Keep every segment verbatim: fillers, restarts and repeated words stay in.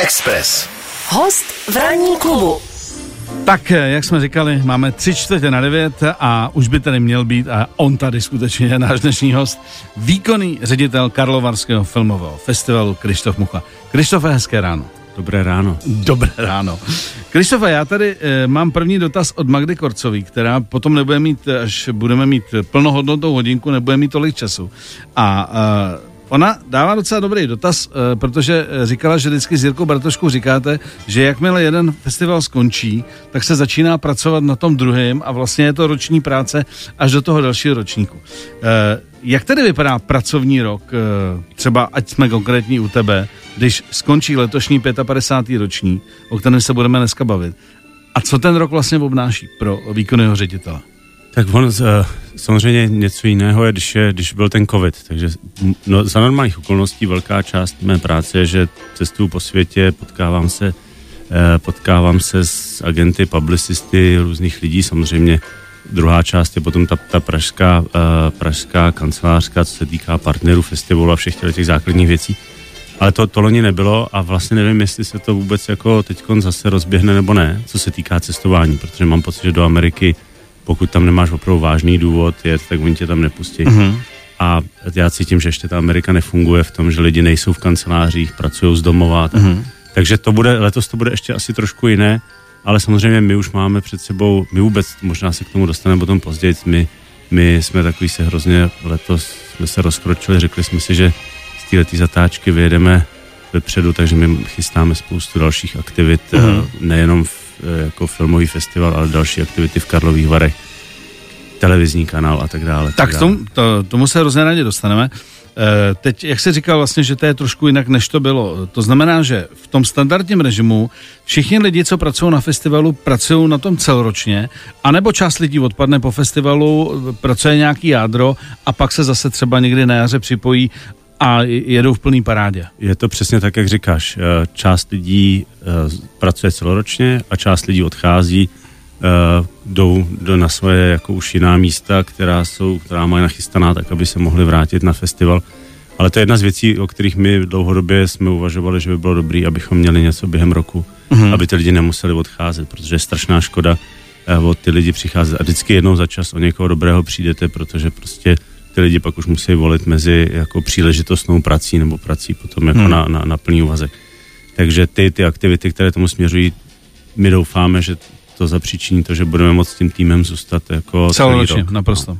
Express. Host v ranní klubu. Tak, jak jsme říkali, máme tři čtvrtě na devět a už by tady měl být, a on tady skutečně je náš dnešní host, výkonný ředitel Karlovarského filmového festivalu Krištof Mucha. Krištofe, hezké ráno. Dobré ráno. Dobré ráno. Krištofe, já tady e, mám první dotaz od Magdy Korcový, která potom nebude mít, až budeme mít plnohodnotnou hodinku, nebude mít tolik času. A e, ona dává docela dobrý dotaz, e, protože říkala, že vždycky s Jirkou Bartoškou říkáte, že jakmile jeden festival skončí, tak se začíná pracovat na tom druhém a vlastně je to roční práce až do toho dalšího ročníku. E, jak tedy vypadá pracovní rok, e, třeba ať jsme konkrétní u tebe, když skončí letošní padesátý pátý roční, o kterém se budeme dneska bavit? A co ten rok vlastně obnáší pro výkonného ředitele? Tak on samozřejmě něco jiného je, když, je, když byl ten covid, takže no, za normálních okolností velká část mé práce je, že cestuju po světě, potkávám se, eh, potkávám se s agenty, publicisty, různých lidí, samozřejmě druhá část je potom ta, ta pražská, eh, pražská kancelářka, co se týká partnerů festivalu a všech těch základních věcí. Ale to, to loni nebylo a vlastně nevím, jestli se to vůbec jako teďkon zase rozběhne nebo ne, co se týká cestování, protože mám pocit, že do Ameriky, pokud tam nemáš opravdu vážný důvod jet, tak oni tě tam nepustí. Mm-hmm. A já cítím, že ještě ta Amerika nefunguje v tom, že lidi nejsou v kancelářích, pracují z domova. Tak. Mm-hmm. Takže to bude, letos to bude ještě asi trošku jiné, ale samozřejmě my už máme před sebou, my vůbec, možná se k tomu dostaneme potom později, my, my jsme takový se hrozně, letos jsme se rozkročili, řekli jsme si, že z této zatáčky vyjedeme vepředu, takže my chystáme spoustu dalších aktivit, mm-hmm. nejenom v, jako filmový festival, ale další aktivity v Karlových Varech, televizní kanál a tak dále. Tak, tak tomu, to, tomu se hrozně rádi dostaneme. E, teď, jak jsi říkal vlastně, že to je trošku jinak, než to bylo. To znamená, že v tom standardním režimu všichni lidi, co pracují na festivalu, pracují na tom celoročně, anebo část lidí odpadne po festivalu, pracuje nějaký jádro a pak se zase třeba někdy na jaře připojí a jedou v plný parádě. Je to přesně tak, jak říkáš. Část lidí pracuje celoročně a část lidí odchází, jdou do na svoje jako už jiná místa, která jsou, která mají nachystaná, tak aby se mohli vrátit na festival. Ale to je jedna z věcí, o kterých my dlouhodobě jsme uvažovali, že by bylo dobré, abychom měli něco během roku, mm-hmm. aby ty lidi nemuseli odcházet, protože je strašná škoda od ty lidi přicházet. A vždycky jednou za čas o někoho dobrého přijdete, protože prostě ty lidi pak už musí volit mezi jako příležitostnou prací nebo prací potom jako hmm. na, na, na plný úvazek. Takže ty, ty aktivity, které tomu směřují, my doufáme, že to zapříčiní to, že budeme moct s tím týmem zůstat jako celoročně, naprosto. No.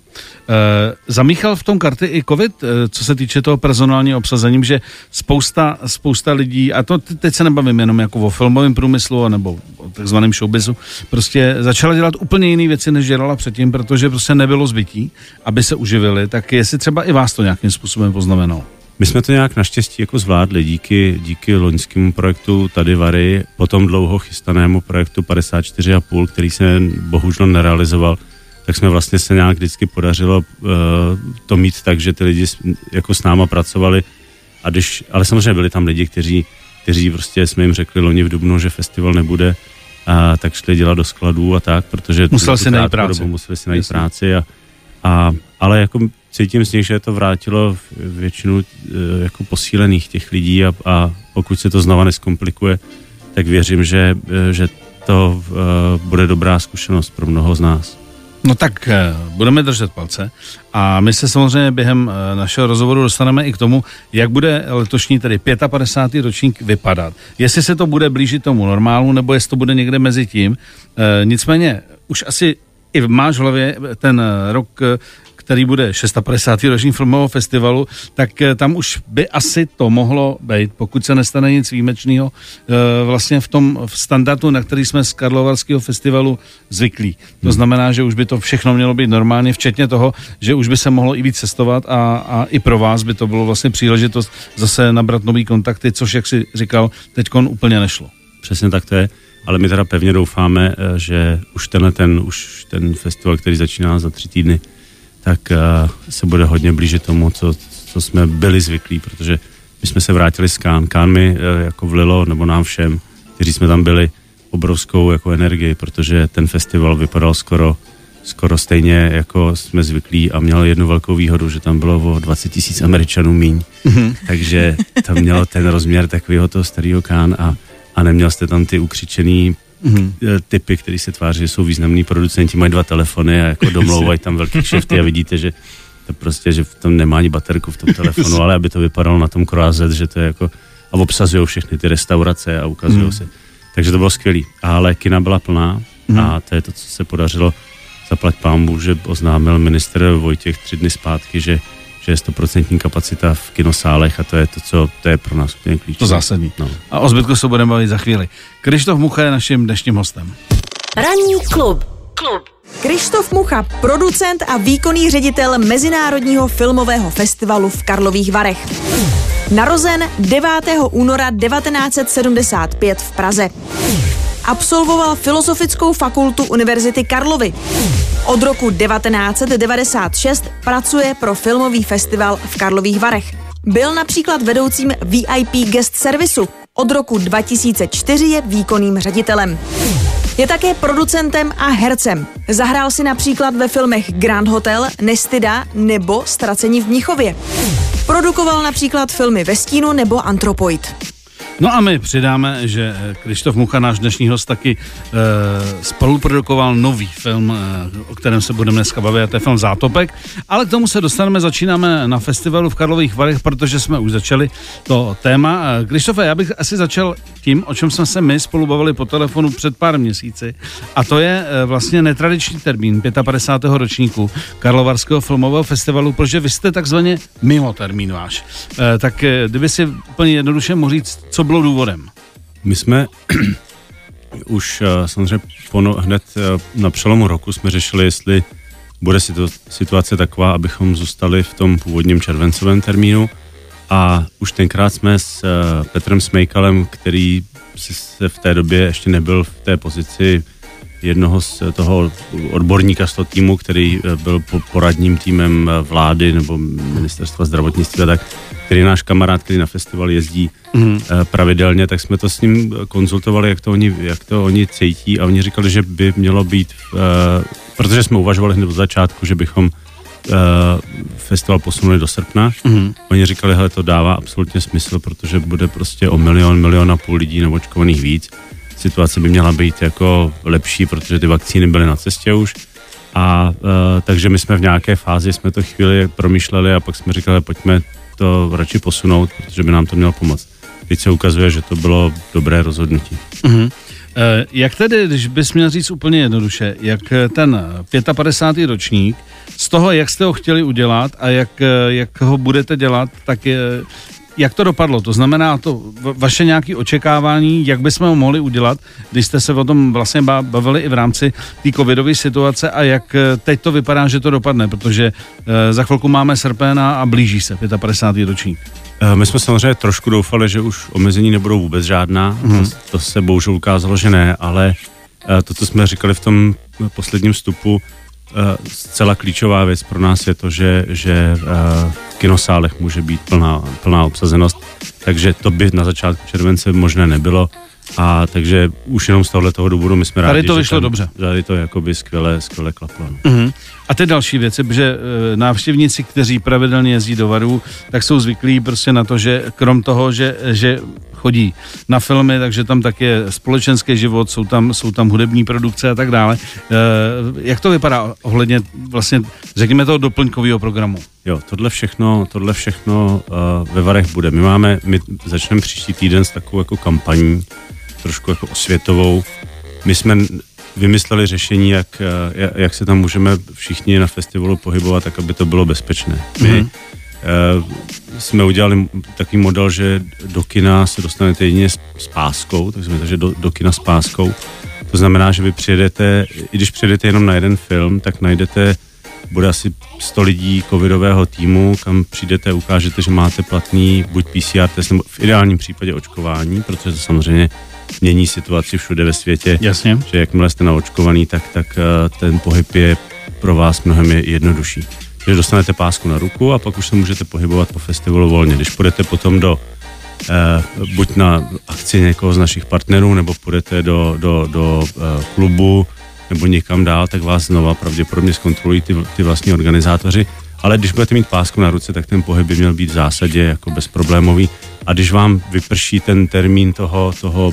E, zamíchal v tom karty i covid, e, co se týče toho personálního obsazení, že spousta, spousta lidí, a to teď se nebavím jenom jako o filmovém průmyslu nebo o takzvaném showbizu, prostě začala dělat úplně jiné věci, než dělala předtím, protože prostě nebylo zbytí, aby se uživili, tak jestli třeba i vás to nějakým způsobem poznamenalo. My jsme to nějak naštěstí jako zvládli díky, díky loňskému projektu Tady Vary, potom dlouho chystanému projektu padesát čtyři a půl, který se bohužel nerealizoval, tak jsme vlastně se nějak vždycky podařilo uh, to mít tak, že ty lidi jako s náma pracovali, a když, ale samozřejmě byli tam lidi, kteří, kteří prostě jsme jim řekli loni v dubnu, že festival nebude, a tak šli dělat do skladů a tak, protože museli si najít práci. Museli si najít práci a, a, ale jako cítím z nich, že to vrátilo většinu jako posílených těch lidí a, a pokud se to znova neskomplikuje, tak věřím, že, že to uh, bude dobrá zkušenost pro mnoho z nás. No tak budeme držet palce a my se samozřejmě během našeho rozhovoru dostaneme i k tomu, jak bude letošní tedy padesátý pátý ročník vypadat. Jestli se to bude blížit tomu normálu, nebo jestli to bude někde mezi tím. E, nicméně už asi i máš v hlavě ten rok, který bude padesátý šestý ročník filmového festivalu, tak tam už by asi to mohlo být, pokud se nestane nic výjimečného, vlastně v tom v standardu, na který jsme z Karlovarského festivalu zvyklí. To znamená, že už by to všechno mělo být normálně, včetně toho, že už by se mohlo i víc cestovat a, a i pro vás by to bylo vlastně příležitost zase nabrat nový kontakty, což, jak jsi říkal, teďkon úplně nešlo. Přesně tak to je. Ale my teda pevně doufáme, že už tenhle ten, už ten festival, který začíná za tři týdny, tak uh, se bude hodně blížit tomu, co, co jsme byli zvyklí, protože my jsme se vrátili z Cannes. Cannes mi uh, jako vlilo, nebo nám všem, kteří jsme tam byli, obrovskou jako energii, protože ten festival vypadal skoro, skoro stejně, jako jsme zvyklí a měl jednu velkou výhodu, že tam bylo o dvacet tisíc Američanů míň. Mm-hmm. Takže tam mělo ten rozměr takového toho starého Cannes a a neměl jste tam ty ukřičený mm-hmm. typy, který se tváří, že jsou významní producenti, mají dva telefony a jako domlouvají tam velký kšefty a vidíte, že to prostě, že v tom nemá ani baterku v tom telefonu, ale aby to vypadalo na tom Croisette, že to je jako, a obsazují všechny ty restaurace a ukazují mm. se. Takže to bylo skvělý. Ale kina byla plná mm. a to je to, co se podařilo zaplať pánbůh, že oznámil ministr Vojtěch tři dny zpátky, že že je stoprocentní kapacita v kinosálech a to je to, co to je pro nás úplně klíčové. To zásadní. No. A o zbytku se budeme bavit za chvíli. Krištof Mucha je naším dnešním hostem. Ranní klub. Klub. Krištof Mucha, producent a výkonný ředitel Mezinárodního filmového festivalu v Karlových Varech. Narozen devátého února devatenáct set sedmdesát pět v Praze. Absolvoval Filozofickou fakultu Univerzity Karlovy. Od roku devatenáct set devadesát šest pracuje pro filmový festival v Karlových Varech. Byl například vedoucím V I P guest servisu. Od roku dva tisíce čtyři je výkonným ředitelem. Je také producentem a hercem. Zahrál si například ve filmech Grand Hotel, Nestida nebo Ztracení v Mnichově. Produkoval například filmy Ve stínu nebo Antropoid. No a my přidáme, že Krištof Mucha, náš dnešní host, taky e, spoluprodukoval nový film, e, o kterém se budeme dneska bavit, a to je film Zátopek, ale k tomu se dostaneme, začínáme na festivalu v Karlových Varech, protože jsme už začali to téma. E, Krištofe, já bych asi začal tím, o čem jsme se my spolu bavili po telefonu před pár měsíci, a to je e, vlastně netradiční termín padesátého pátého ročníku Karlovarského filmového festivalu, protože vy jste takzvaně mimo termín váš. E, tak e, kdyby si úplně jednoduše mohl říct, co bylo důvodem? My jsme už uh, samozřejmě pono, hned uh, na přelomu roku jsme řešili, jestli bude situace taková, abychom zůstali v tom původním červencovém termínu, a už tenkrát jsme s uh, Petrem Smejkalem, který se v té době ještě nebyl v té pozici jednoho z toho odborníka z toho týmu, který byl poradním týmem vlády nebo ministerstva zdravotnictví a tak, který je náš kamarád, který na festival jezdí mm. pravidelně, tak jsme to s ním konzultovali, jak to oni, jak to oni cítí, a oni říkali, že by mělo být, uh, protože jsme uvažovali hned od začátku, že bychom uh, festival posunuli do srpna. Mm. Oni říkali, hele, to dává absolutně smysl, protože bude prostě o milion, milion a půl lidí naočkovaných víc. Situace by měla být jako lepší, protože ty vakcíny byly na cestě už. A uh, takže my jsme v nějaké fázi, jsme to chvíli promýšleli a pak jsme říkali, pojďme to radši posunout, protože by nám to mělo pomoct. Teď se ukazuje, že to bylo dobré rozhodnutí. Mm-hmm. E, jak tedy, když bys měl říct úplně jednoduše, jak ten padesátý pátý ročník, z toho, jak jste ho chtěli udělat a jak, jak ho budete dělat, tak je, jak to dopadlo? To znamená to vaše nějaké očekávání, jak bychom ho mohli udělat, když jste se o tom vlastně bavili i v rámci té covidové situace, a jak teď to vypadá, že to dopadne, protože za chvilku máme srpen a blíží se padesátý pátý ročník. My jsme samozřejmě trošku doufali, že už omezení nebudou vůbec žádná, mm. to, to se bohužel ukázalo, že ne, ale to, co jsme říkali v tom posledním vstupu, zcela klíčová věc pro nás je to, že, že v kinosálech může být plná, plná obsazenost, takže to by na začátku července možné nebylo, a takže už jenom z tohoto důvodu my jsme rádi, tady to vyšlo že tam, dobře. Tady to jakoby skvěle, skvěle klaplo. Mm-hmm. A ty další věci, protože e, návštěvníci, kteří pravidelně jezdí do Varů, tak jsou zvyklí prostě na to, že krom toho, že, že chodí na filmy, takže tam tak je společenský život, jsou tam, jsou tam hudební produkce a tak dále. E, jak to vypadá ohledně vlastně, řekněme, toho doplňkového programu? Jo, tohle všechno, tohle všechno uh, ve Varech bude. My máme, my začneme příští týden s takovou jako kampaní, trošku jako osvětovou. My jsme vymysleli řešení, jak, jak se tam můžeme všichni na festivalu pohybovat, tak aby to bylo bezpečné. My mm-hmm. uh, jsme udělali takový model, že do kina se dostanete jedině s, s páskou, takže do, do kina s páskou. To znamená, že vy přijedete, i když přijedete jenom na jeden film, tak najdete, bude asi sto lidí covidového týmu, kam přijdete a ukážete, že máte platný buď P C R test, nebo v ideálním případě očkování, protože to samozřejmě mění situaci všude ve světě. Jasně. Že jakmile jste naočkovaný, tak, tak ten pohyb je pro vás mnohem jednodušší. Takže dostanete pásku na ruku a pak už se můžete pohybovat po festivalu volně. Když půjdete potom do eh, buď na akci někoho z našich partnerů, nebo půjdete do, do, do eh, klubu, nebo někam dál, tak vás znova pravděpodobně zkontrolují ty, ty vlastní organizátoři. Ale když budete mít pásku na ruce, tak ten pohyb by měl být v zásadě jako bezproblémový. A když vám vyprší ten termín toho, toho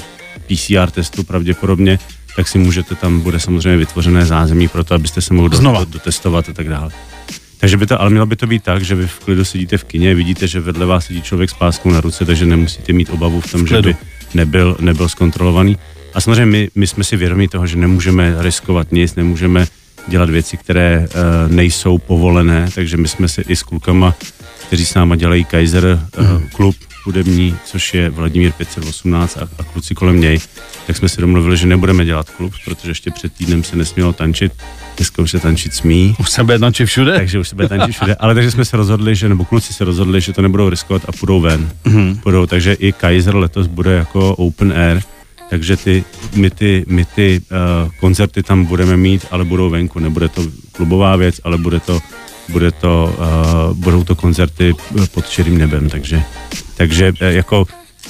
P C R testu pravděpodobně, tak si můžete, tam bude samozřejmě vytvořené zázemí pro to, abyste se mohli do, dotestovat a tak dále. Takže by to, ale mělo by to být tak, že vy v klidu sedíte v kině, vidíte, že vedle vás sedí člověk s páskou na ruce, takže nemusíte mít obavu v tom, že by nebyl, nebyl zkontrolovaný. A samozřejmě my, my jsme si vědomí toho, že nemůžeme riskovat nic, nemůžeme dělat věci, které uh, nejsou povolené, takže my jsme se i s klukama, kteří s náma dělají Kaiser uh, mm. klub hudební, což je Vladimír pět set osmnáct a, a kluci kolem něj, tak jsme si domluvili, že nebudeme dělat klub, protože ještě před týdnem se nesmělo tančit, dneska už se tančit smí. Už se bude tančit všude? Takže už se bude tančit všude, ale takže jsme se rozhodli, že, nebo kluci se rozhodli, že to nebudou riskovat a půjdou ven. Mm. Půjdou, takže i Kaiser letos bude jako open air, takže ty, my ty, my ty uh, koncerty tam budeme mít, ale budou venku, nebude to klubová věc, ale bude to, bude to, uh, budou to koncerty pod širým nebem, takže, takže uh, jako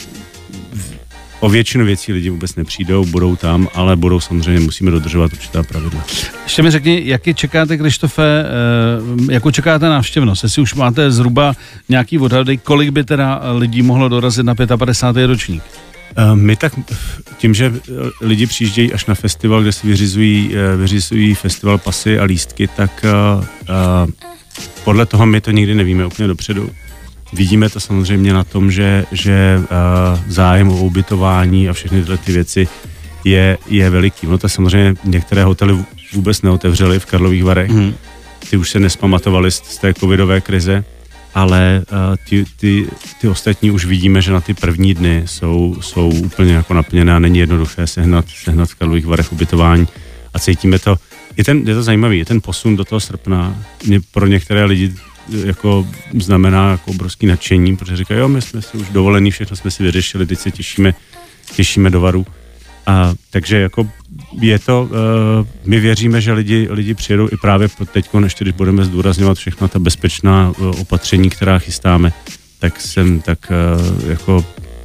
o většinu věcí lidi vůbec nepřijdou, budou tam, ale budou samozřejmě, musíme dodržovat určitá pravidla. Ještě mi řekni, jaký čekáte, Krištofe, uh, jakou čekáte návštěvnost? Jestli už máte zhruba nějaký odhady, kolik by teda lidí mohlo dorazit na padesátý pátý ročník? My tak tím, že lidi přijíždějí až na festival, kde si vyřizují, vyřizují festival pasy a lístky, tak uh, uh, podle toho my to nikdy nevíme úplně dopředu. Vidíme to samozřejmě na tom, že, že uh, zájem o ubytování a všechny tyhle ty věci je, je veliký. No to samozřejmě některé hotely vůbec neotevřely v Karlových Varech. Hmm. Ty už se nespamatovali z, z té covidové krize. Ale uh, ty, ty, ty ostatní už vidíme, že na ty první dny jsou, jsou úplně jako naplněné a není jednoduché sehnat, sehnat v Karlových Varech ubytování a cítíme to. Je, ten, je to zajímavý, je ten posun do toho srpna mě pro některé lidi jako znamená jako obrovský nadšení, protože říkají, jo, my jsme si už dovolení, všechno jsme si vyřešili, teď se těšíme, těšíme do Varu. A takže jako je to, uh, my věříme, že lidi, lidi přijedou i právě teď, ještě když budeme zdůrazňovat všechna ta bezpečná uh, opatření, která chystáme, tak jsem, tak uh, jako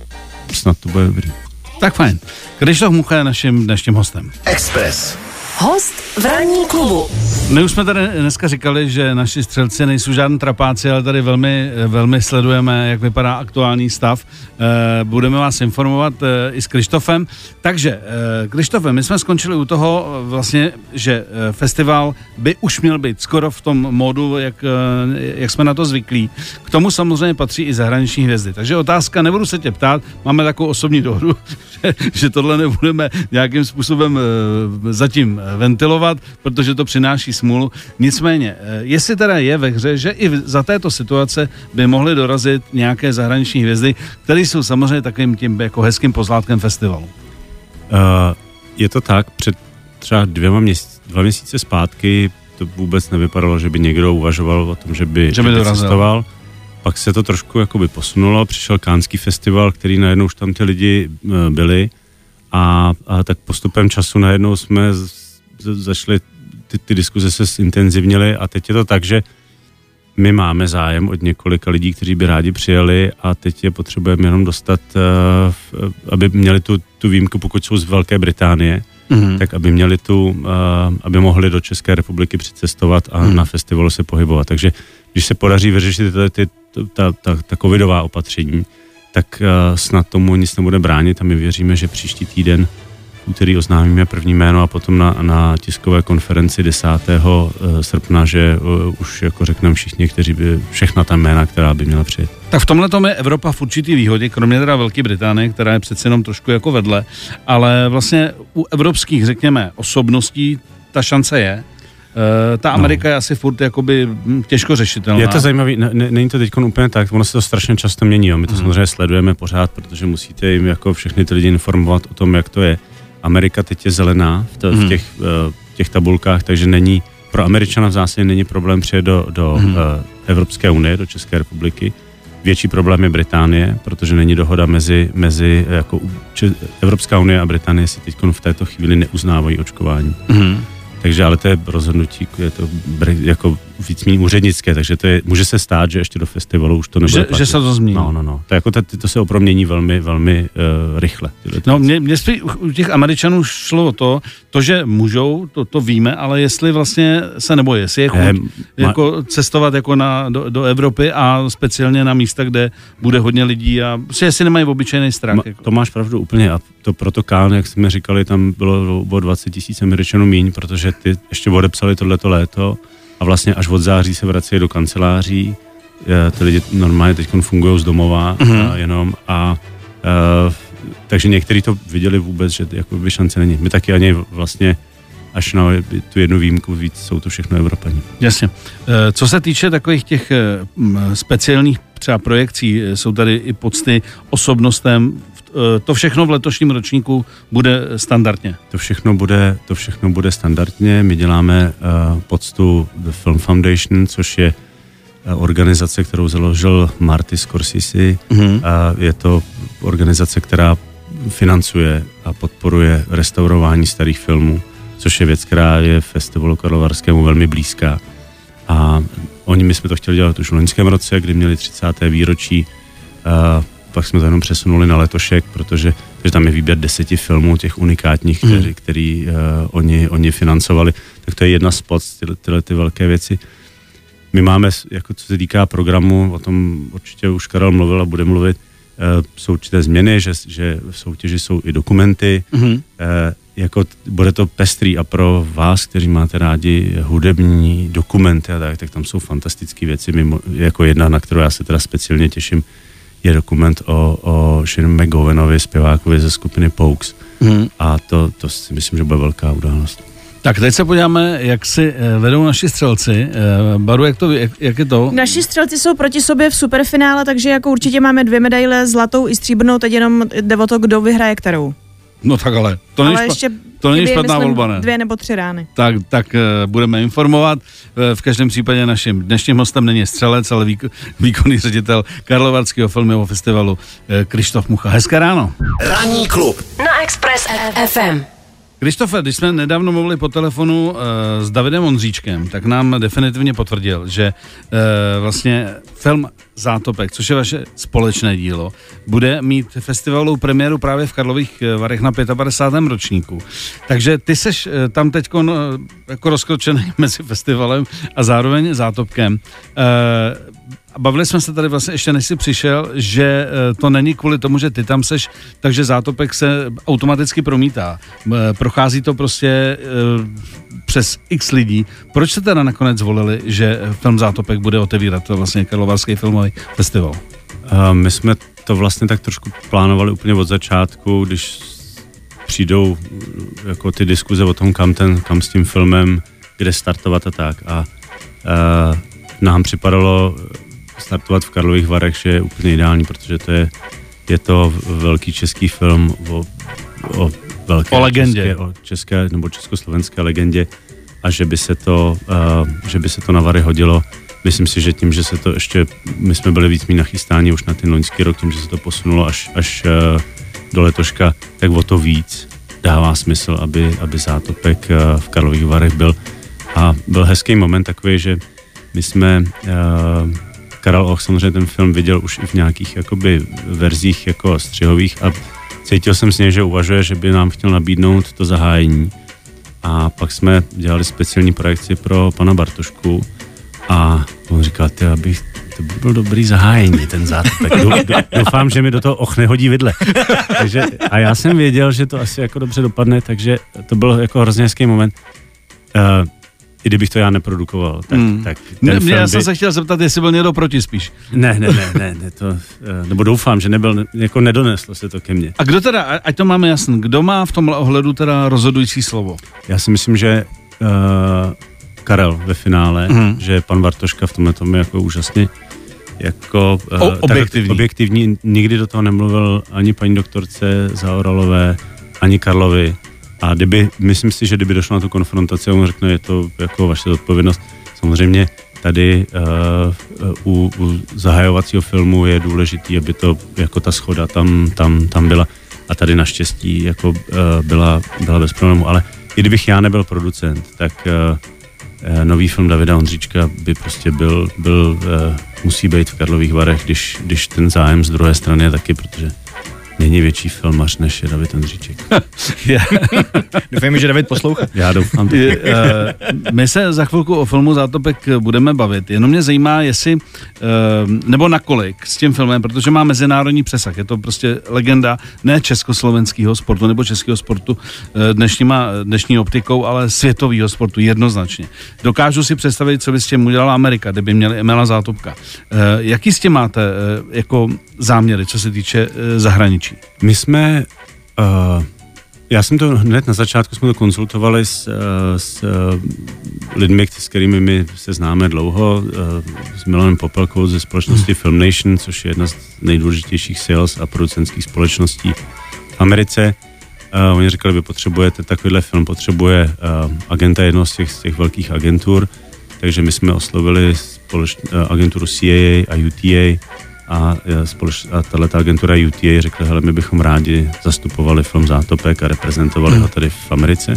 snad to bude dobrý. Tak fajn. Krištof Mucha je naším dnešním hostem. Express. Host v ranní klubu. My už jsme tady dneska říkali, že naši střelci nejsou žádný trapáci, ale tady velmi, velmi sledujeme, jak vypadá aktuální stav. E, budeme vás informovat e, i s Krištofem. Takže, e, Krištofe, my jsme skončili u toho vlastně, že festival by už měl být skoro v tom módu, jak, jak jsme na to zvyklí. K tomu samozřejmě patří i zahraniční hvězdy. Takže otázka, nebudu se tě ptát, máme takovou osobní dohodu, že, že tohle nebudeme nějakým způsobem e, zatím ventilovat, protože to přináší smůlu. Nicméně, jestli teda je ve hře, že i za této situace by mohly dorazit nějaké zahraniční hvězdy, které jsou samozřejmě takovým tím jako hezkým pozlátkem festivalu. Uh, je to tak, před třeba dvěma měsíce, dva měsíce zpátky to vůbec nevypadalo, že by někdo uvažoval o tom, že by, že by, by cestoval. Pak se to trošku jakoby posunulo, přišel Canský festival, který najednou už tam ty lidi uh, byli a, a tak postupem času najednou jsme z, zašli, ty, ty diskuze se zintenzivnily a teď je to tak, že my máme zájem od několika lidí, kteří by rádi přijeli a teď je potřebujeme jenom dostat, uh, aby měli tu, tu výjimku, pokud jsou z Velké Británie, mm-hmm. tak aby měli tu, uh, aby mohli do České republiky přicestovat a mm. na festivalu se pohybovat. Takže když se podaří vyřešit ty, ty, ta, ta, ta covidová opatření, tak uh, snad tomu nic nebude bránit a my věříme, že příští týden úterý oznámíme první jméno a potom na, na tiskové konferenci desátého srpna, že uh, už jako řekneme všichni, kteří by, všechna ta jména, která by měla přijet. Tak v tomhle tom je Evropa v určitý výhodě, kromě teda Velké Británie, která je přece jenom trošku jako vedle, ale vlastně u evropských, řekněme, osobností ta šance je. Uh, ta Amerika no. je asi furt jakoby těžko řešitelná. Je to zajímavý, ne, ne, není to teď úplně tak, ono se to strašně často mění, jo. My to hmm. samozřejmě sledujeme pořád, protože musíte jim jako všechny ty lidi informovat o tom, jak to je. Amerika teď je zelená v, to, v těch, uh, těch tabulkách, takže není, pro Američana v zásadě není problém přijet do, do hmm. uh, Evropské unie, do České republiky. Větší problém je Británie, protože není dohoda mezi, mezi jako Če- Evropská unie a Británie si teď v této chvíli neuznávají očkování. Hmm. takže ale to je rozhodnutí, je to jako víc méně úřednické, takže to je, může se stát, že ještě do festivalu už to nebude že, platit. že se to změní. No, no, no. To, jako to, to se opromění velmi, velmi uh, rychle. No, mě, mě spíš u těch Američanů šlo o to, to, že můžou, to, to víme, ale jestli vlastně se nebojí, jestli je chuť ne, jako ma... cestovat jako na, do, do Evropy a speciálně na místa, kde bude hodně lidí a jestli nemají obyčejný strach. Ma, jako. To máš pravdu úplně a to proto Cannes, jak jsme říkali, tam bylo o dvacet tisíc Američanů míň, protože ty ještě odepsali tohleto léto a vlastně až od září se vrací do kanceláří. Ty lidi normálně teď fungují z domova mm-hmm. a jenom a uh, takže někteří to viděli vůbec, že jakoby šance není. My taky ani vlastně až na tu jednu výjimku víc jsou to všechno Evropani. Jasně. Co se týče takových těch speciálních třeba projekcí, jsou tady i pocty osobnostem, to všechno v letošním ročníku bude standardně? To všechno bude, to všechno bude standardně. My děláme uh, poctu The Film Foundation, což je uh, organizace, kterou založil Marty Scorsese. Mm-hmm. Uh, je to organizace, která financuje a podporuje restaurování starých filmů, což je věc, která je festivalu karlovarskému velmi blízká. A oni, my jsme to chtěli dělat už v loňském roce, kdy měli třicáté výročí. Uh, pak jsme to jenom přesunuli na letošek, protože že tam je výběr deseti filmů, těch unikátních, který, mm. který uh, oni, oni financovali. Tak to je jedna z pod, tyhle, tyhle ty velké věci. My máme, jako co se týká programu, o tom určitě už Karel mluvil a bude mluvit, uh, jsou určité změny, že, že v soutěži jsou i dokumenty. Mm. Uh, jako bude to pestrý a pro vás, kteří máte rádi hudební dokumenty a tak, tak tam jsou fantastické věci. Mimo, jako jedna, na kterou já se teda speciálně těším, je dokument o, o Shane McGovanovi, zpěvákovi ze skupiny Pogues. Mm. A to, to si myslím, že bude velká událost. Tak teď se podíváme, jak si vedou naši střelci. Baru, jak, to, jak, jak je to? Naši střelci jsou proti sobě v superfinále, takže jako určitě máme dvě medaile, zlatou i stříbrnou, teď jenom jde o to, kdo vyhraje kterou. No tak ale, to není, ale špa, to není špatná volba, ne? Dvě nebo tři rány. Tak, tak uh, budeme informovat. Uh, v každém případě naším dnešním hostem není střelec, ale výko, výkonný ředitel Karlovarského filmového festivalu uh, Krištof Mucha. Hezké ráno. Ranní klub na Express ef em. Krištofe, když jsme nedávno mluvili po telefonu uh, s Davidem Ondříčkem, tak nám definitivně potvrdil, že uh, vlastně film Zátopek, což je vaše společné dílo, bude mít festivalovou premiéru právě v Karlových Varech na padesátém pátém ročníku. Takže ty seš uh, tam teď uh, jako rozkročený mezi festivalem a zároveň Zátopkem. Uh, A bavili jsme se tady vlastně ještě, než jsi přišel, že to není kvůli tomu, že ty tam seš, takže Zátopek se automaticky promítá. Prochází to prostě přes x lidí. Proč jste teda nakonec zvolili, že film Zátopek bude otevírat to vlastně Karlovarský filmový festival? Uh, my jsme to vlastně tak trošku plánovali úplně od začátku, když přijdou jako ty diskuze o tom, kam, ten, kam s tím filmem, kde startovat a tak. A uh, nám připadalo startovat v Karlových Varech, že je úplně ideální, protože to je, je to velký český film o, o velké o legendě. České, o české nebo československé legendě a že by se to, uh, že by se to na Vary hodilo. Myslím si, že tím, že se to ještě, my jsme byli víc mý nachystáni už na ten loňský rok, tím, že se to posunulo až, až uh, do letoška, tak o to víc dává smysl, aby, aby Zátopek uh, v Karlových Varech byl. A byl hezký moment takový, že my jsme uh, Karel Och samozřejmě ten film viděl už i v nějakých jakoby verzích jako střihových a cítil jsem z něj, že uvažuje, že by nám chtěl nabídnout to zahájení. A pak jsme dělali speciální projekci pro pana Bartošku a on říkal, ty, abych, to by byl dobrý zahájení, ten Zátopek. Doufám, že mi do toho Och nehodí vidle. takže, a já jsem věděl, že to asi jako dobře dopadne, takže to byl jako hrozně hezký moment. Uh, I kdybych to já neprodukoval, tak, hmm. tak ten ne, film já jsem by... se chtěl zeptat, jestli byl někdo proti spíš. Ne, ne, ne, ne, ne to, nebo doufám, že nebyl, jako nedoneslo se to ke mně. A kdo teda, ať to máme jasný, kdo má v tomhle ohledu teda rozhodující slovo? Já si myslím, že uh, Karel ve finále, hmm. že pan Bartoška v tomhle tomu je jako úžasně jako uh, o, objektivní. Tak, objektivní, nikdy do toho nemluvil ani paní doktorce Zaoralové, ani Karlovi. A kdyby, myslím si, že kdyby došlo na tu konfrontaci, on řekne, je to jako vaše zodpovědnost. Samozřejmě tady uh, u, u zahajovacího filmu je důležitý, aby to jako ta schoda tam, tam, tam byla. A tady naštěstí jako uh, byla, byla bez problému. Ale i kdybych já nebyl producent, tak uh, uh, nový film Davida Ondříčka by prostě byl, byl uh, musí být v Karlových Varech, když, když ten zájem z druhé strany je taky, protože není větší filmař, než je David Ondříček. Doufám, že David poslouchá. Já doufám taky. My se za chvilku o filmu Zátopek budeme bavit. Jenom mě zajímá, jestli, nebo nakolik s tím filmem, protože má mezinárodní přesah. Je to prostě legenda ne československého sportu nebo českého sportu dnešníma, dnešní optikou, ale světového sportu jednoznačně. Dokážu si představit, co by s tím udělala Amerika, kdyby měli Emila Zátopka. Jaký s tím máte jako záměry, co se týče zahraničí? My jsme, uh, já jsem to hned na začátku jsme to konzultovali s, uh, s uh, lidmi, s kterými my se známe dlouho, uh, s Milanem Popelkou ze společnosti Film Nation, což je jedna z nejdůležitějších sales a producentských společností v Americe. Uh, oni říkali, vy potřebujete takovýhle film, potřebuje uh, agenta jednoho z těch, z těch velkých agentur, takže my jsme oslovili společ, uh, agenturu C A A a U T A, a, společ, a tato agentura U T A řekla, hele, my bychom rádi zastupovali film Zátopek a reprezentovali hmm. ho tady v Americe.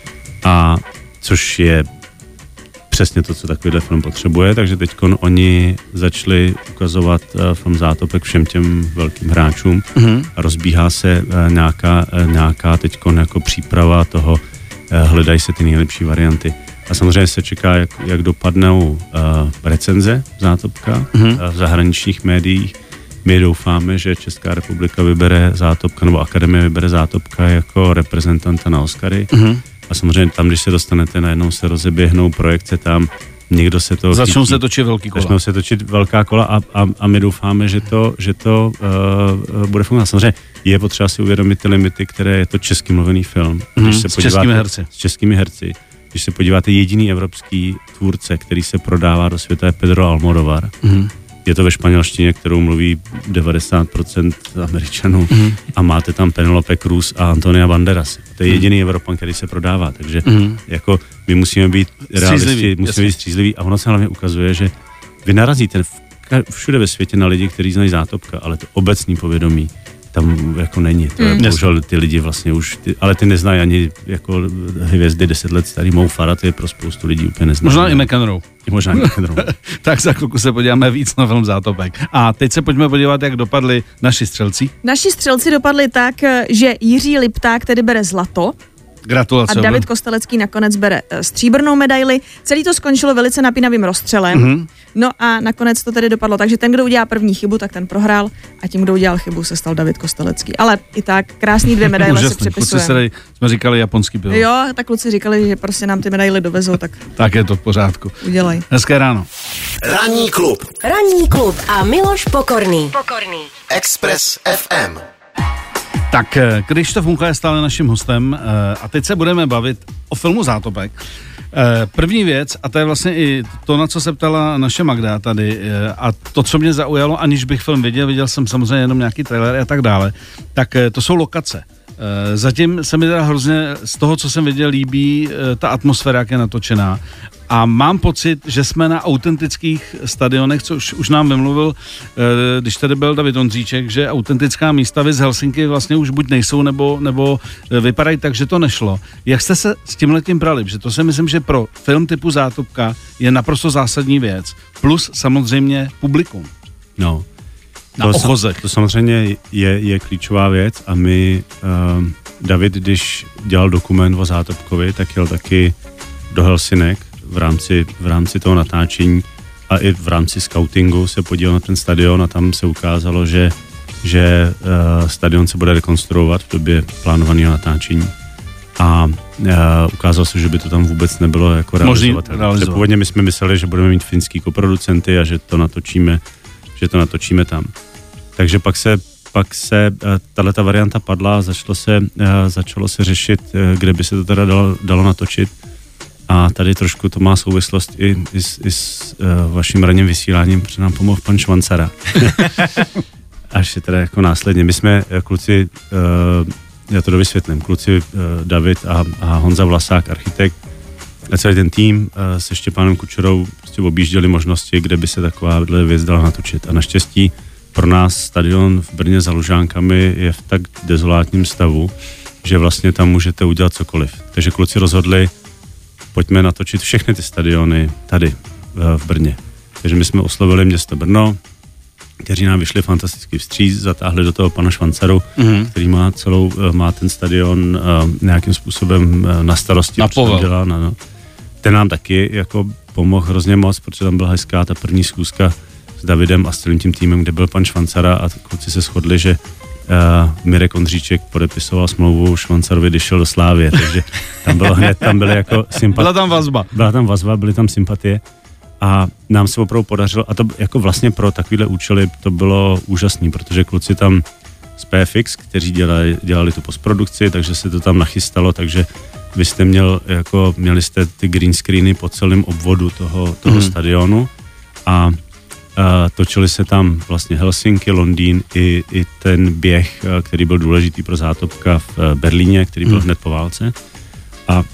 A což je přesně to, co takovýhle film potřebuje, takže teďkon oni začali ukazovat uh, film Zátopek všem těm velkým hráčům hmm. a rozbíhá se uh, nějaká, uh, nějaká teďkon jako příprava toho, uh, hledají se ty nejlepší varianty. A samozřejmě se čeká, jak, jak dopadnou uh, recenze Zátopka mm-hmm. uh, v zahraničních médiích. My doufáme, že Česká republika vybere Zátopka, nebo Akademie vybere Zátopka jako reprezentanta na Oscary. Mm-hmm. A samozřejmě tam, když se dostanete, najednou se rozeběhnou projekce tam, někdo se to... Začnou se točit velký kola. Začnou se točit velká kola a, a, a my doufáme, že to, že to uh, bude fungovat. Samozřejmě je potřeba si uvědomit ty limity, které je to český mluvený film. Mm-hmm. Když se s podíváte, českými herci. S českými herci. Když se podíváte, jediný evropský tvůrce, který se prodává do světa, je Pedro Almodóvar. Mm. Je to ve španělštině, kterou mluví devadesát procent Američanů mm. a máte tam Penelope Cruz a Antonia Banderas. To je jediný mm. Evropan, který se prodává, takže mm. jako my musíme být realisti, musíme být střízliví a ono se hlavně ukazuje, že vy narazíte všude ve světě na lidi, kteří znají Zátopka, ale to obecný povědomí tam jako není. To je, mm. bohužel ty lidi vlastně už, ty, ale ty neznají ani jako hvězdy deset let starý. Mo Farah, to je pro spoustu lidí úplně neznají. Možná i McEnroe. Možná i McEnroe. Tak za chvilku se podíváme víc na film Zátopek. A teď se pojďme podívat, jak dopadli naši střelci. Naši střelci dopadli tak, že Jiří Lipták tedy bere zlato. Gratulace. A David Kostelecký nakonec bere stříbrnou medaili. Celý to skončilo velice napínavým rozstřelem. Mm-hmm. No a nakonec to tedy dopadlo tak, že ten, kdo udělá první chybu, tak ten prohrál a tím, kdo udělal chybu, se stal David Kostelecký. Ale i tak krásný dvě medaile si přepisujeme. Jsme říkali japonský pivo. Jo, tak kluci říkali, že prostě nám ty medaily dovezou, tak... tak je to v pořádku. Udělej. Hezké ráno. Ranní klub. Ranní klub a Miloš Pokorný. Pokorný. Express F M. Tak, Krištof Mucha je stále naším hostem a teď se budeme bavit o filmu Zátopek. První věc, a to je vlastně i to, na co se ptala naše Magda tady, a to, co mě zaujalo, aniž bych film viděl, viděl jsem samozřejmě jenom nějaký trailer a tak dále, tak to jsou lokace. Zatím se mi teda hrozně z toho, co jsem viděl, líbí ta atmosféra, jak je natočená. A mám pocit, že jsme na autentických stadionech, což už nám vymluvil, když tady byl David Ondříček, že autentická místa vy z Helsinky vlastně už buď nejsou, nebo, nebo vypadají tak, že to nešlo. Jak jste se s tímhletím prali? Že to si myslím, že pro film typu Zátopka je naprosto zásadní věc. Plus samozřejmě publikum. No. Na to, ochozech. To samozřejmě je, je klíčová věc a my, uh, David, když dělal dokument o Zátopkovi, tak jel taky do Helsinek v rámci, v rámci toho natáčení a i v rámci scoutingu se podíval na ten stadion a tam se ukázalo, že, že uh, stadion se bude rekonstruovat v době plánovaného natáčení. A uh, ukázalo se, že by to tam vůbec nebylo jako realizovatelné. Původně my jsme mysleli, že budeme mít finský koproducenty a že to natočíme, že to natočíme tam. Takže pak se, pak se uh, tato varianta padla a začalo se, uh, začalo se řešit, uh, kde by se to teda dalo, dalo natočit. A tady trošku to má souvislost i, i, s, i s uh, vaším ranním vysíláním, protože nám pomohl pan Švancara. Až je teda jako následně. My jsme kluci, uh, já to dovysvětlím, kluci uh, David a, a Honza Vlasák, architekt, a celý ten tým uh, se Štěpánem Kučerou prostě objížděli možnosti, kde by se taková věc dala natočit. A naštěstí pro nás stadion v Brně za Lužánkami je v tak dezolátním stavu, že vlastně tam můžete udělat cokoliv. Takže kluci rozhodli, pojďme natočit všechny ty stadiony tady v Brně. Takže my jsme oslovili město Brno, kteří nám vyšli fantasticky vstříc, zatáhli do toho pana Švancaru, mm-hmm. který má celou, má ten stadion uh, nějakým způsobem uh, na starosti. Na povel. Dělá, na, no. Ten nám taky jako pomohl hrozně moc, protože tam byla hezká ta první schůzka s Davidem a s celým tím týmem, kde byl pan Švancara a kluci se shodli, že uh, Mirek Ondříček podepisoval smlouvu Švancarovi, když šel do Slávie, takže tam bylo hned, tam byly jako sympatie. Byla tam vazba. Byla tam vazba, byly tam sympatie. A nám se opravdu podařilo, a to jako vlastně pro takovýhle účely to bylo úžasný, protože kluci tam z P F X, kteří dělali, dělali tu postprodukci, takže se to tam nachystalo, takže vy jste měl, jako, měli jste ty green screeny po celém obvodu toho, toho mm. stadionu a, a točili se tam vlastně Helsinki, Londýn i, i ten běh, který byl důležitý pro Zátopka v Berlíně, který byl mm. hned po válce. A, a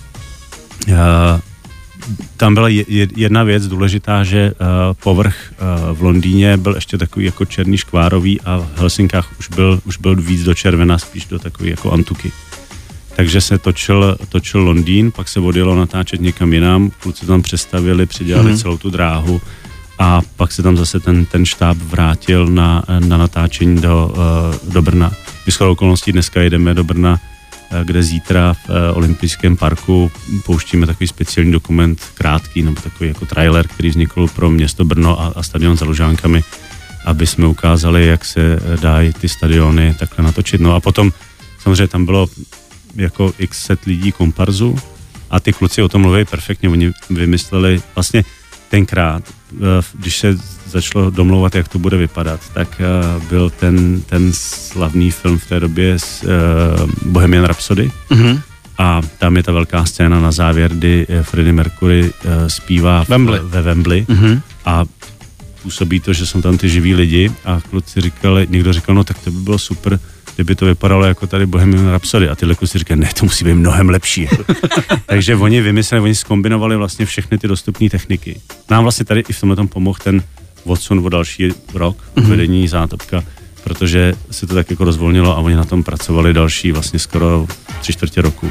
tam byla jedna věc důležitá, že uh, povrch uh, v Londýně byl ještě takový jako černý škvárový a v Helsinkách už byl, už byl víc do červena, spíš do takový jako antuky. Takže se točil, točil Londýn, pak se odjelo natáčet někam jinam, kluci tam přestavili, přidělali mm-hmm. celou tu dráhu a pak se tam zase ten, ten štáb vrátil na, na natáčení do, uh, do Brna. My shodou okolností dneska jedeme do Brna, kde zítra v uh, olympijském parku pouštíme takový speciální dokument, krátký, nebo takový jako trailer, který vznikl pro město Brno a, a stadion za Lužánkami, aby jsme ukázali, jak se dají ty stadiony takhle natočit. No a potom samozřejmě tam bylo jako x set lidí komparzu a ty kluci o tom mluví perfektně. Oni vymysleli vlastně tenkrát, když se začalo domlouvat, jak to bude vypadat, tak byl ten, ten slavný film v té době s uh, Bohemian Rhapsody mm-hmm. a tam je ta velká scéna na závěr, kdy Freddie Mercury uh, zpívá Wembley. ve Wembley mm-hmm. a působí to, že jsou tam ty živí lidi a kluci říkali, někdo říkal, no tak to by bylo super, kdyby to vypadalo jako tady Bohemian Rhapsody a ty kluci říkali, ne, to musí být mnohem lepší. Takže oni vymysleli, oni zkombinovali vlastně všechny ty dostupné techniky. Nám vlastně tady i v tomhle tom pomohl ten odsun o další rok mm-hmm. vedení Zátopka, protože se to tak jako rozvolnilo a oni na tom pracovali další vlastně skoro tři čtvrtě roku.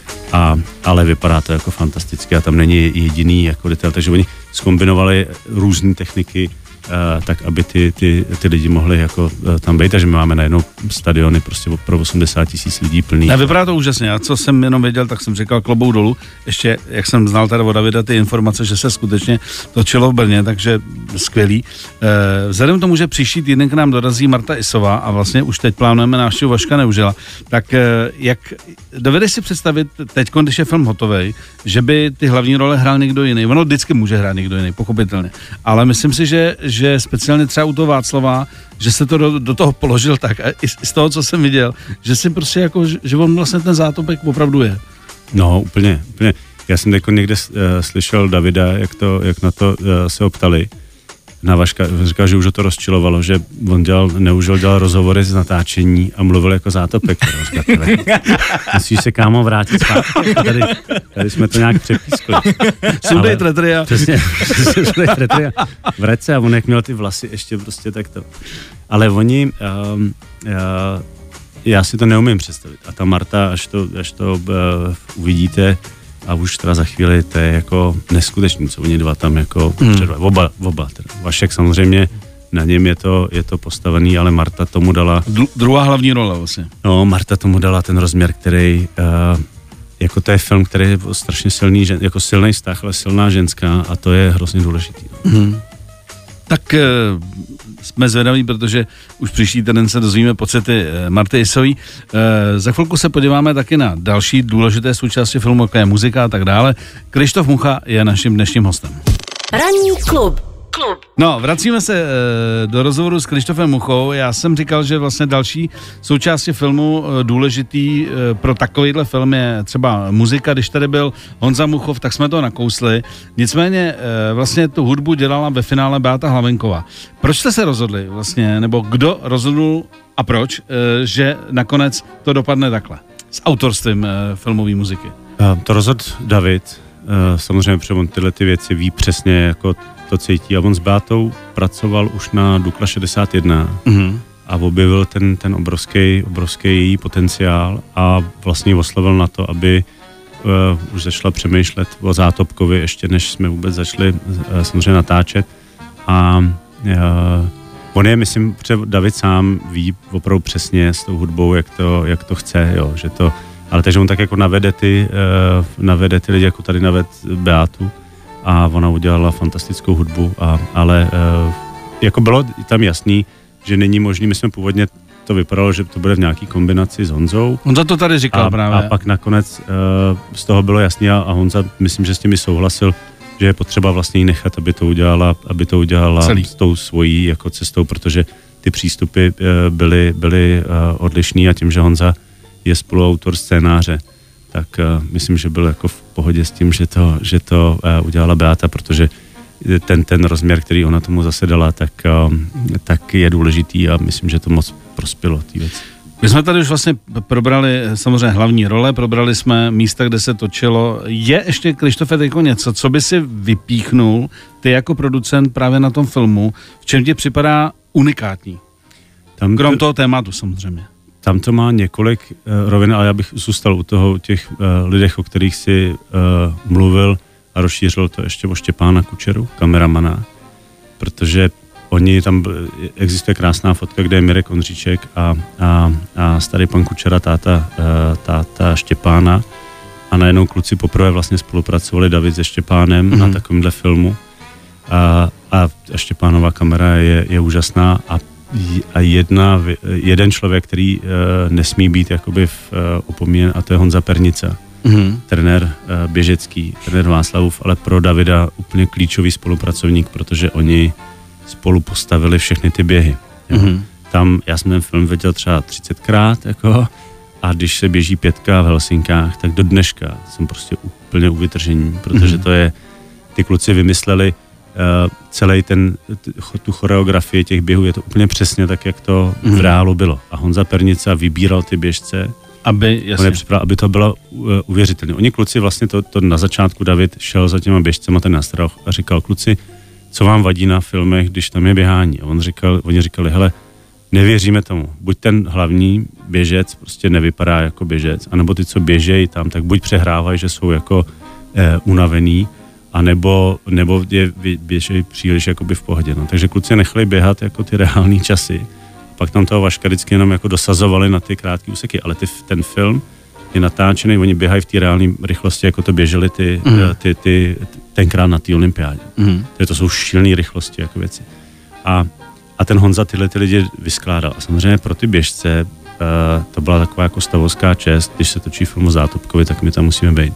A, ale vypadá to jako fantasticky a tam není jediný jako detail, takže oni zkombinovali různé techniky, Uh, tak aby ty, ty, ty lidi mohli jako uh, tam být, takže my máme najednou stadiony prostě pro osmdesát tisíc lidí plný. A vypadá to úžasně. A co jsem jenom věděl, tak jsem říkal klobouk dolů. Ještě, jak jsem znal teda od Davida ty informace, že se skutečně točilo v Brně, takže skvělý. Uh, vzhledem k tomu, že příští týden k nám dorazí Marta Isová a vlastně už teď plánujeme návštěvu Vaška Neužila, tak uh, jak dovedeš si představit teď, když je film hotovej, že by ty hlavní role hrál někdo jiný. Ono vždycky může hrát někdo jiný, pochopitelně. Ale myslím si, že že speciálně třeba u toho Václava, že se to do, do toho položil tak a i z toho, co jsem viděl, že si prostě jako, že on vlastně ten Zátopek opravdu je. No, úplně, úplně. Já jsem jako někde uh, slyšel Davida, jak, to, jak na to uh, se optali. Na Vaška, říkal, že už ho to rozčilovalo, že on dělal, neužil, dělal rozhovory z natáčení a mluvil jako Zátopek. Musíš se, kámo, vrátit zpátky. Tady, tady jsme to nějak přepískli. Sundej tretria. Přesně, sundej tretria. Vrať se a on jak měl ty vlasy ještě prostě takto. Ale oni, um, uh, já si to neumím představit. A ta Marta, až to, až to uh, uvidíte, a už teda za chvíli to je jako neskutečný, co oni dva tam jako hmm. předvají. Oba, oba teda. Vašek samozřejmě, na něm je to, je to postavený, ale Marta tomu dala... Dru- druhá hlavní role vlastně. No, Marta tomu dala ten rozměr, který, uh, jako to je film, který je strašně silný, jako silný vztah, ale silná ženská a to je hrozně důležitý. Hmm. Tak e, jsme zvědaví, protože už příští týden se dozvíme pocity e, Marty Isový. E, za chvilku se podíváme taky na další důležité součásti filmu, jako je muzika a tak dále. Krištof Mucha je naším dnešním hostem. Ranní klub. Klub. No, vracíme se e, do rozhovoru s Krištofem Muchou. Já jsem říkal, že vlastně další součástí filmu e, důležitý e, pro takovýhle film je třeba muzika. Když tady byl Honza Muchov, tak jsme to nakousli. Nicméně e, vlastně tu hudbu dělala ve finále Beata Hlavenková. Proč jste se rozhodli vlastně, nebo kdo rozhodl a proč, e, že nakonec to dopadne takhle s autorstvím e, filmové muziky? To rozhodl David. E, samozřejmě, protože on tyhle ty věci ví přesně, jako to cítí a on s Beatou pracoval už na Dukla šedesát jedna mm-hmm. a objevil ten, ten obrovský, obrovský její potenciál a vlastně oslovil na to, aby uh, už začala přemýšlet o Zátopkovi, ještě než jsme vůbec začali uh, samozřejmě natáčet. A uh, on je, myslím, protože David sám ví opravdu přesně s tou hudbou, jak to, jak to chce, jo, že to, ale takže on tak jako navede ty, uh, navede ty lidi, jako tady naved Beátu a ona udělala fantastickou hudbu, a, ale uh, jako bylo tam jasný, že není možný, my jsme původně to vypadalo, že to bude v nějaký kombinaci s Honzou. Honza to tady říkal a, právě. A pak nakonec uh, z toho bylo jasný a, a Honza, myslím, že s těmi souhlasil, že je potřeba vlastně jí nechat, aby to udělala, aby to udělala Celý. s tou svojí jako cestou, protože ty přístupy uh, byly, byly uh, odlišný a tím, že Honza je spoluautor scénáře, tak uh, myslím, že byl jako v pohodě s tím, že to, že to uh, udělala Beáta, protože ten, ten rozměr, který ona tomu zase dala, tak, tak je důležitý a myslím, že to moc prospělo té věci. My jsme tady už vlastně probrali samozřejmě hlavní role, probrali jsme místa, kde se točilo. Je ještě, Krištofe, jako něco, co by si vypíchnul ty jako producent právě na tom filmu, v čem ti připadá unikátní? Tam Krom to, toho tématu samozřejmě. Tam to má několik uh, rovin, ale já bych zůstal u toho, těch uh, lidech, o kterých si uh, mluvil, a rozšířil to ještě o Štěpána Kučeru, kameramana, protože oni tam, existuje krásná fotka, kde je Mirek Ondříček a, a, a starý pan Kučera, táta, táta Štěpána, a najednou kluci poprvé vlastně spolupracovali, David se Štěpánem, mm-hmm. na takovémhle filmu a, a Štěpánova kamera je, je úžasná a, a jedna, jeden člověk, který uh, nesmí být jakoby v, uh, opomíjen, a to je Honza Pernica. Mm-hmm. Trenér uh, běžecký, trenér Václavův, ale pro Davida úplně klíčový spolupracovník, protože oni spolu postavili všechny ty běhy. Mm-hmm. Tam, já jsem ten film viděl třeba třicetkrát, jako, a když se běží pětka v Helsinkách, tak do dneška jsem prostě úplně u vytržení, protože mm-hmm. to je, ty kluci vymysleli uh, celý ten, tu choreografii těch běhů, je to úplně přesně tak, jak to mm-hmm. v reálu bylo. A Honza Pernica vybíral ty běžce, Aby, jasně. aby to bylo uh, uvěřitelné. Oni kluci vlastně to, to na začátku David šel za těma běžcema ten nástroj a říkal, kluci, co vám vadí na filmech, když tam je běhání? A on říkal, oni říkali, hele, nevěříme tomu. Buď ten hlavní běžec prostě nevypadá jako běžec, anebo ty, co běžejí tam, tak buď přehrávají, že jsou jako eh, unavený, anebo nebo je běžejí příliš jakoby v pohodě. No. Takže kluci nechali běhat jako ty reální časy. Pak tam toho Vaška vždycky jenom jako dosazovali na ty krátké úseky, ale ty, ten film je natáčený, oni běhají v té reálné rychlosti, jako to běželi ty, mm. ty, ty, tenkrát na té olympiádě. Mm. To jsou šílené rychlosti jako věci. A, a ten Honza tyhle ty lidi vyskládal. A samozřejmě pro ty běžce uh, to byla taková jako stavovská čest, když se točí film o Zátopkovi, tak my tam musíme být.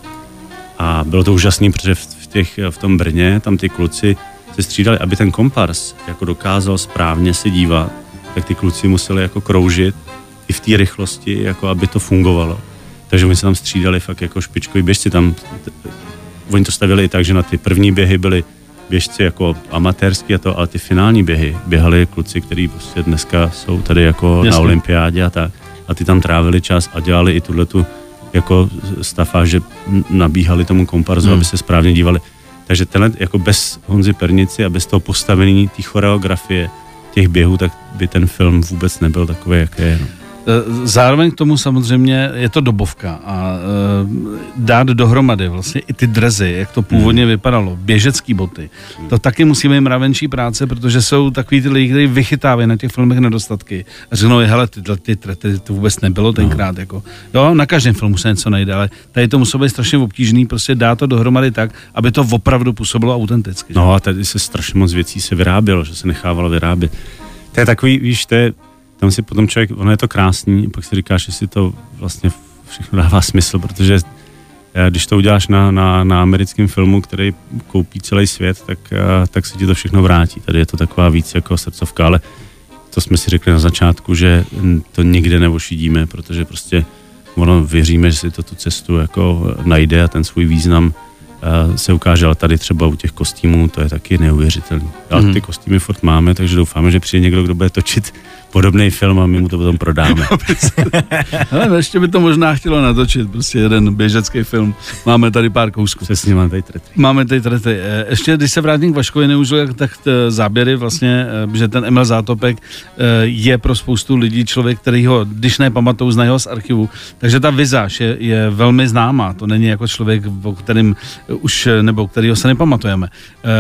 A bylo to úžasný, protože v, v, těch, v tom Brně tam ty kluci se střídali, aby ten kompars jako dokázal správně se dívat, tak ty kluci museli jako kroužit i v té rychlosti, jako aby to fungovalo. Takže oni se tam střídali fakt jako špičkoví běžci. Tam, t- oni to stavili i tak, že na ty první běhy byli běžci jako amatérský a to, ale ty finální běhy běhali kluci, kteří prostě dneska jsou tady jako Jasně. na olympiádě a tak. A ty tam trávili čas a dělali i tuhletu jako stafáž, že nabíhali tomu komparzu, hmm. aby se správně dívali. Takže tenhle jako bez Honzy Pernici a bez toho postavení té choreografie těch běhů, tak by ten film vůbec nebyl takový, jaký je. No. Zároveň k tomu samozřejmě je to dobovka a uh, dát dohromady vlastně i ty drezy, jak to původně hmm. vypadalo, běžecký boty. Hmm. To taky musíme jim mravenčí práce, protože jsou takový ty lidi, kteří vychytávají na těch filmech nedostatky a řeknou, hele, tyhle ty trety, to vůbec nebylo tenkrát. No. Jako. Jo, na každém filmu se něco najde, ale tady to muselo být strašně obtížný, prostě dát to dohromady tak, aby to opravdu působilo autenticky. No a tady se strašně moc věcí se vyrábělo, že se nechávalo vyrábět. To je takový, víš, to je tam si potom člověk, ono je to krásný, pak si říkáš, že si to vlastně všechno dává smysl, protože když to uděláš na, na, na americkém filmu, který koupí celý svět, tak, tak se ti to všechno vrátí. Tady je to taková víc jako srdcovka, ale to jsme si řekli na začátku, že to nikde neošidíme, protože prostě ono věříme, že si to tu cestu jako najde a ten svůj význam se ukáže, ale tady třeba u těch kostýmů to je taky neuvěřitelný. Ale mm. ty kostýmy furt máme, takže doufáme, že přijde někdo, kdo bude točit podobný film a my mu to potom prodáme. Ale ještě by to možná chtělo natočit, prostě jeden běžecký film. Máme tady pár kousků. Přesně, máme tady trety. Máme tady trety. Ještě, když se vrátím k Vaškovi Neužil, tak záběry vlastně, že ten Emil Zátopek je pro spoustu lidí člověk, který ho, když nepamatou, znají ho z archivu. Takže ta vizáž je, je velmi známá. To není jako člověk, o kterým už, nebo kterýho se nepamatujeme.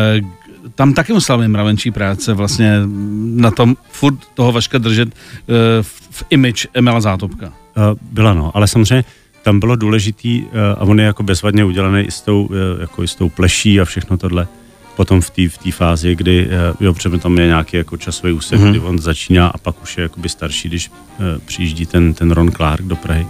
Tam taky musela být mravenčí práce vlastně na tom furt toho Vaška držet uh, v, v image Emila Zátopka. Uh, byla no, ale samozřejmě tam bylo důležitý uh, a on je jako bezvadně udělaný i s tou, uh, jako i s tou pleší a všechno tohle. Potom v té v té fázi, kdy uh, jo, protože tam je nějaký jako časový úsek, mm-hmm. kdy on začíná a pak už je jakoby starší, když uh, přijíždí ten, ten Ron Clark do Prahy.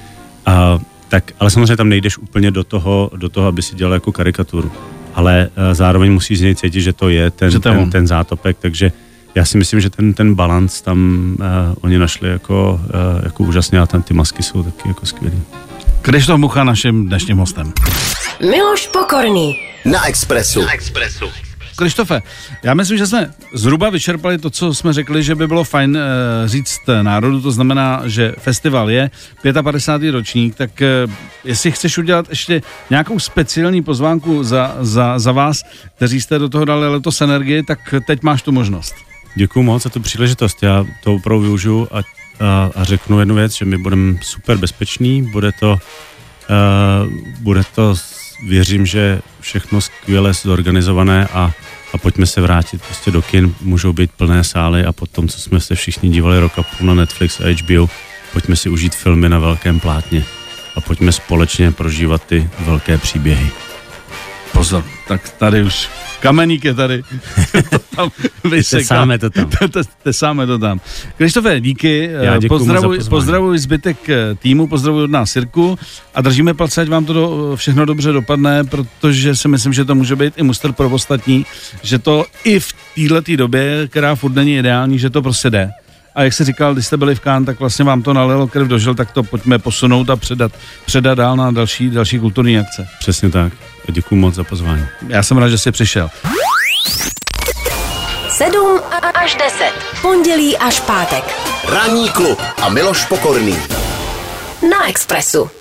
Uh, tak, ale samozřejmě tam nejdeš úplně do toho, do toho, aby si dělal jako karikaturu. Ale uh, zároveň musíš z něj cítit, že to je ten, že ten, ten Zátopek, takže já si myslím, že ten, ten balanc tam uh, oni našli jako, uh, jako úžasně a tam ty masky jsou taky jako skvělý. Krištof Mucha naším dnešním hostem. Miloš Pokorný na Expressu. Na Expressu. Krištofe, já myslím, že jsme zhruba vyčerpali to, co jsme řekli, že by bylo fajn e, říct národu, to znamená, že festival je padesátý pátý ročník, tak e, jestli chceš udělat ještě nějakou speciální pozvánku za, za, za vás, kteří jste do toho dali letos energii, tak teď máš tu možnost. Děkuju moc za tu příležitost, já to opravdu využiju a, a, a řeknu jednu věc, že my budeme super bezpeční, bude to, uh, bude to, věřím, že všechno skvěle zorganizované a a pojďme se vrátit prostě do kin, můžou být plné sály a potom, co jsme se všichni dívali rok a půl na Netflix a H B O, pojďme si užít filmy na velkém plátně a pojďme společně prožívat ty velké příběhy. Pozor, tak tady už kameník je tady. Tesáme to tam. Tesáme to tam. Krištofe, díky. Pozdravuj, pozdravuj zbytek týmu, pozdravuj od nás Sirku a držíme palce, ať vám to do, všechno dobře dopadne, protože si myslím, že to může být i muster pro ostatní, že to i v této době, která furt není ideální, že to prostě jde. A jak jsi říkal, když jste byli v Cannes, tak vlastně vám to nalilo krev do žil, tak to pojďme posunout a předat, předat dál na další, další kulturní akce. Přesně tak. A děkuju moc za pozvání. Já jsem rád, že jsi přišel. sedm až deset. Pondělí až pátek. Ranní klub a Miloš Pokorný. Na Expressu.